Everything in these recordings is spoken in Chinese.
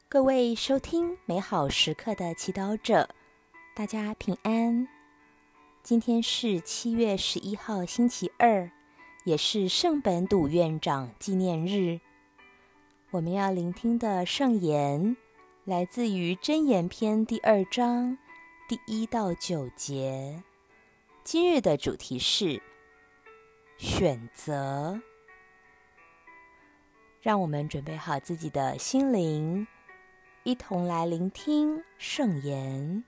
各位收听美好时刻的祈祷者，大家平安。今天是7月11号星期二，也是圣本笃院长纪念日。我们要聆听的圣言来自于箴言篇第2章第1到9节。今日的主题是选择。让我们准备好自己的心灵，一同来聆听圣言。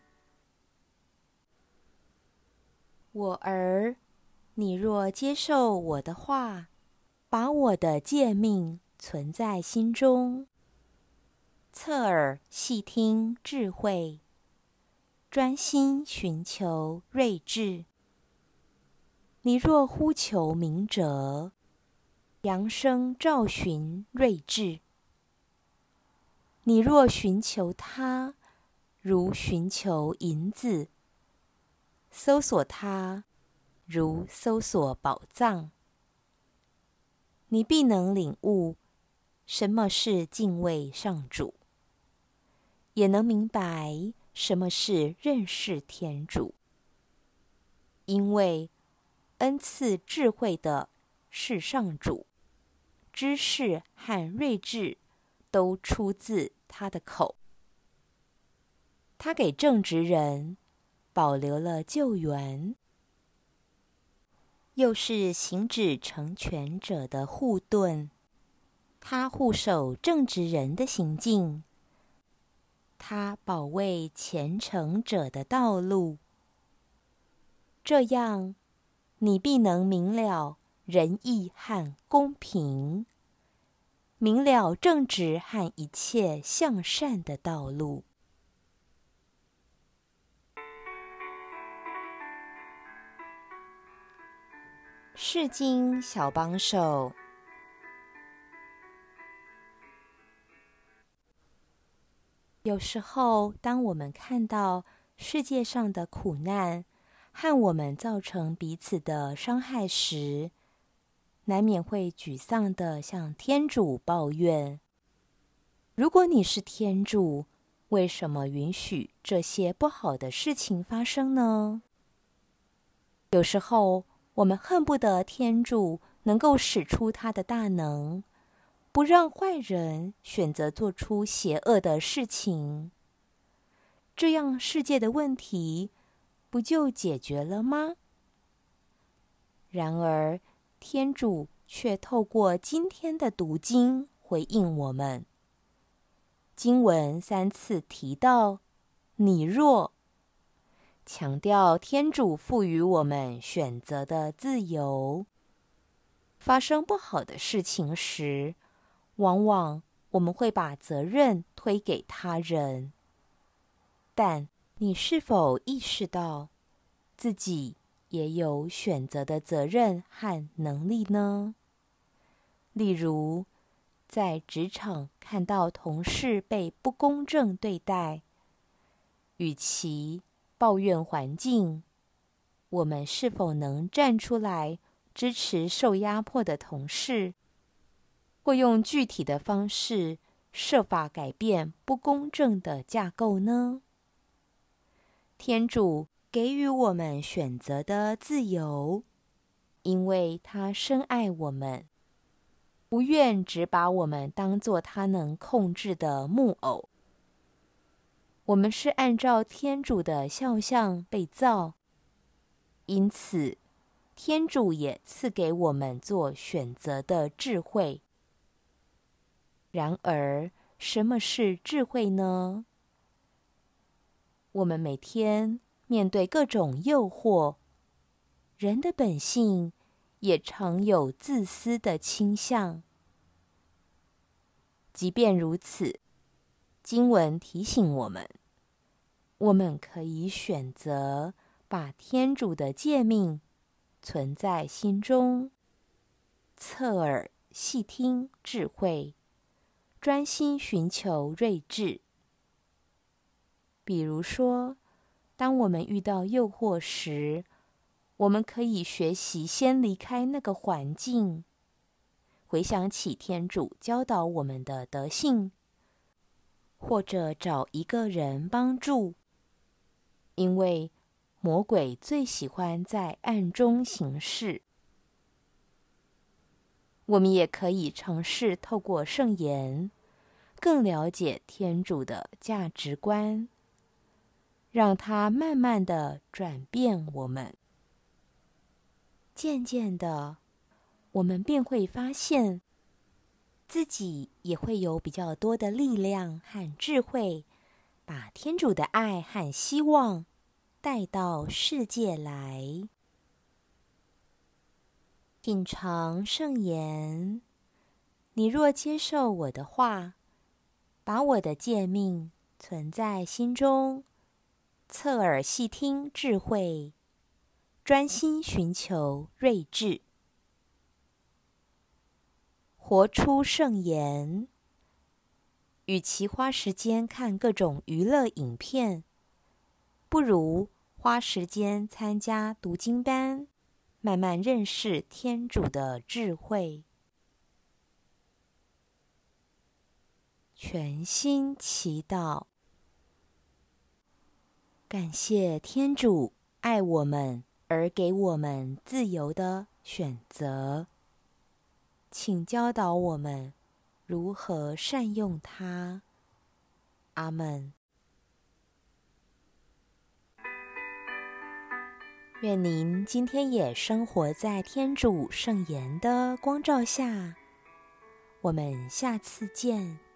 我儿，你若接受我的话，把我的诫命存在心中，侧耳细听智慧，专心寻求睿智。你若呼求明哲，扬声召寻睿智。你若寻求他，如寻求银子；搜索他，如搜索宝藏。你必能领悟什么是敬畏上主，也能明白什么是认识天主。因为恩赐智慧的是上主，知识和睿智都出自他的口。他给正直人保留了救援，又是行止成全者的护盾。他护守正直人的行径，他保卫虔诚者的道路。这样，你必能明了仁义和公平，明了正直和一切向善的道路。释经小帮手。有时候，当我们看到世界上的苦难和我们造成彼此的伤害时，难免会沮丧地向天主抱怨。如果你是天主，为什么允许这些不好的事情发生呢？有时候，我们恨不得天主能够使出他的大能，不让坏人选择做出邪恶的事情。这样世界的问题不就解决了吗？然而，天主却透过今天的读经回应我们。经文3次提到“你若”，强调天主赋予我们选择的自由。发生不好的事情时，往往我们会把责任推给他人。但你是否意识到自己也有选择的责任和能力呢？例如，在职场看到同事被不公正对待，与其抱怨环境，我们是否能站出来支持受压迫的同事，或用具体的方式设法改变不公正的架构呢？天主给予我们选择的自由，因为他深爱我们，不愿只把我们当作他能控制的木偶。我们是按照天主的肖像被造，因此天主也赐给我们做选择的智慧。然而，什么是智慧呢？我们每天面对各种诱惑，人的本性也常有自私的倾向。即便如此，经文提醒我们可以选择把天主的诫命存在心中，侧耳细听智慧，专心寻求睿智。比如说，当我们遇到诱惑时，我们可以学习先离开那个环境，回想起天主教导我们的德性， 或者找一个人帮助，因为魔鬼最喜欢在暗中行事。我们也可以尝试透过圣言，更了解天主的价值观，让它慢慢地转变我们。渐渐的，我们便会发现，自己也会有比较多的力量和智慧，把天主的爱和希望带到世界来。品尝圣言，你若接受我的话，把我的诫命存在心中，侧耳细听智慧，专心寻求睿智。活出圣言，与其花时间看各种娱乐影片，不如花时间参加读经班，慢慢认识天主的智慧。全心祈祷，感谢天主爱我们而给我们自由的选择，请教导我们如何善用它。阿们。愿您今天也生活在天主圣言的光照下。我们下次见。